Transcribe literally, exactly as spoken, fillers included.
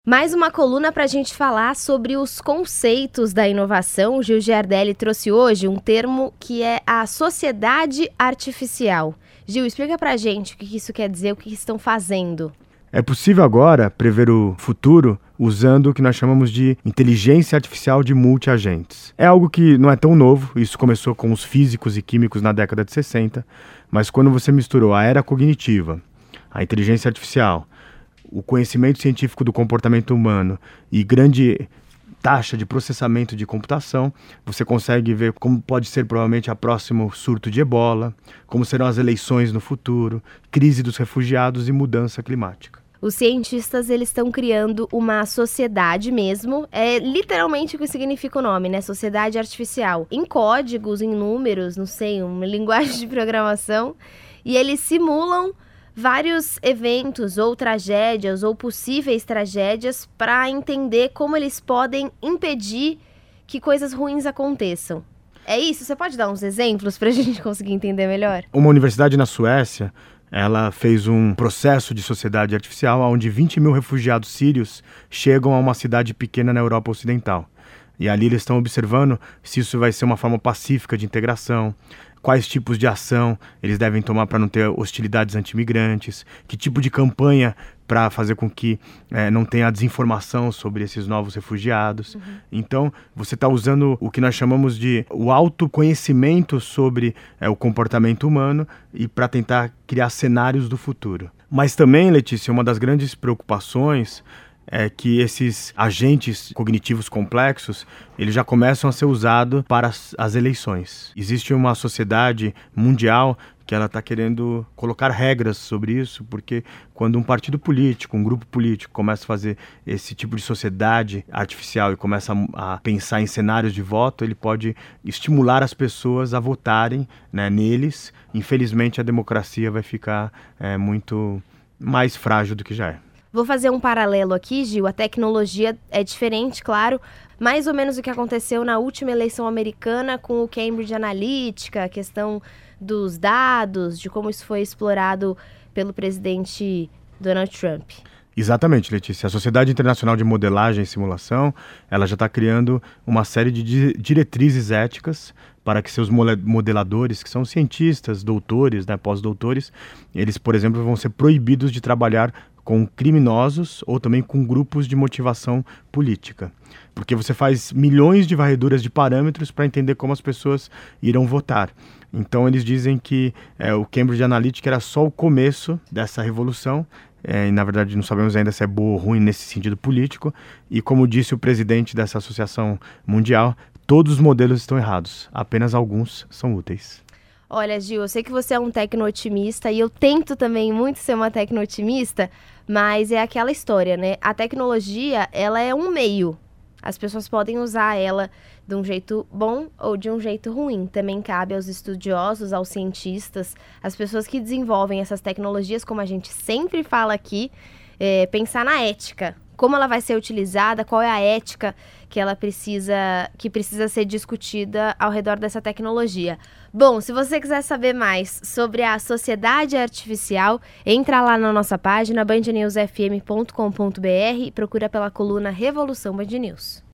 Mais uma coluna para a gente falar sobre os conceitos da inovação. O Gil Giardelli trouxe hoje um termo que é a sociedade artificial. Gil, explica para a gente o que isso quer dizer, o que estão fazendo. É possível agora prever o futuro usando o que nós chamamos de inteligência artificial de multiagentes. É algo que não é tão novo, isso começou com os físicos e químicos na década de sessenta, mas quando você misturou a era cognitiva, a inteligência artificial, o conhecimento científico do comportamento humano e grande taxa de processamento de computação, você consegue ver como pode ser provavelmente a próximo surto de ebola, como serão as eleições no futuro, crise dos refugiados e mudança climática. Os cientistas eles estão criando uma sociedade mesmo, é literalmente o que significa o nome, né? Sociedade artificial. Em códigos, em números, não sei, uma linguagem de programação, e eles simulam vários eventos ou tragédias ou possíveis tragédias para entender como eles podem impedir que coisas ruins aconteçam. É isso? Você pode dar uns exemplos para a gente conseguir entender melhor? Uma universidade na Suécia, ela fez um processo de sociedade artificial onde vinte mil refugiados sírios chegam a uma cidade pequena na Europa Ocidental. E ali eles estão observando se isso vai ser uma forma pacífica de integração, quais tipos de ação eles devem tomar para não ter hostilidades antimigrantes, que tipo de campanha para fazer com que é, não tenha desinformação sobre esses novos refugiados. Uhum. Então, você está usando o que nós chamamos de o autoconhecimento sobre é, o comportamento humano e para tentar criar cenários do futuro. Mas também, Letícia, uma das grandes preocupações é que esses agentes cognitivos complexos, eles já começam a ser usados para as, as eleições. Existe uma sociedade mundial que ela está querendo colocar regras sobre isso, porque quando um partido político, um grupo político começa a fazer esse tipo de sociedade artificial e começa a, a pensar em cenários de voto, ele pode estimular as pessoas a votarem, né, neles. Infelizmente, a democracia vai ficar é, muito mais frágil do que já é. Vou fazer um paralelo aqui, Gil. A tecnologia é diferente, claro. Mais ou menos o que aconteceu na última eleição americana com o Cambridge Analytica, a questão dos dados, de como isso foi explorado pelo presidente Donald Trump. Exatamente, Letícia. A Sociedade Internacional de Modelagem e Simulação, ela já está criando uma série de di- diretrizes éticas para que seus modeladores, que são cientistas, doutores, né, pós-doutores, eles, por exemplo, vão ser proibidos de trabalhar com criminosos ou também com grupos de motivação política. Porque você faz milhões de varreduras de parâmetros para entender como as pessoas irão votar. Então eles dizem que é, o Cambridge Analytica era só o começo dessa revolução, é, e na verdade não sabemos ainda se é boa ou ruim nesse sentido político, e como disse o presidente dessa associação mundial, todos os modelos estão errados, apenas alguns são úteis. Olha, Gil, eu sei que você é um tecno-otimista e eu tento também muito ser uma tecno-otimista, mas é aquela história, né? A tecnologia, ela é um meio. As pessoas podem usar ela de um jeito bom ou de um jeito ruim. Também cabe aos estudiosos, aos cientistas, às pessoas que desenvolvem essas tecnologias, como a gente sempre fala aqui, é, pensar na ética. Como ela vai ser utilizada, qual é a ética que ela precisa, que precisa ser discutida ao redor dessa tecnologia. Bom, se você quiser saber mais sobre a sociedade artificial, entra lá na nossa página band news f m ponto com ponto b r e procura pela coluna Revolução Band News.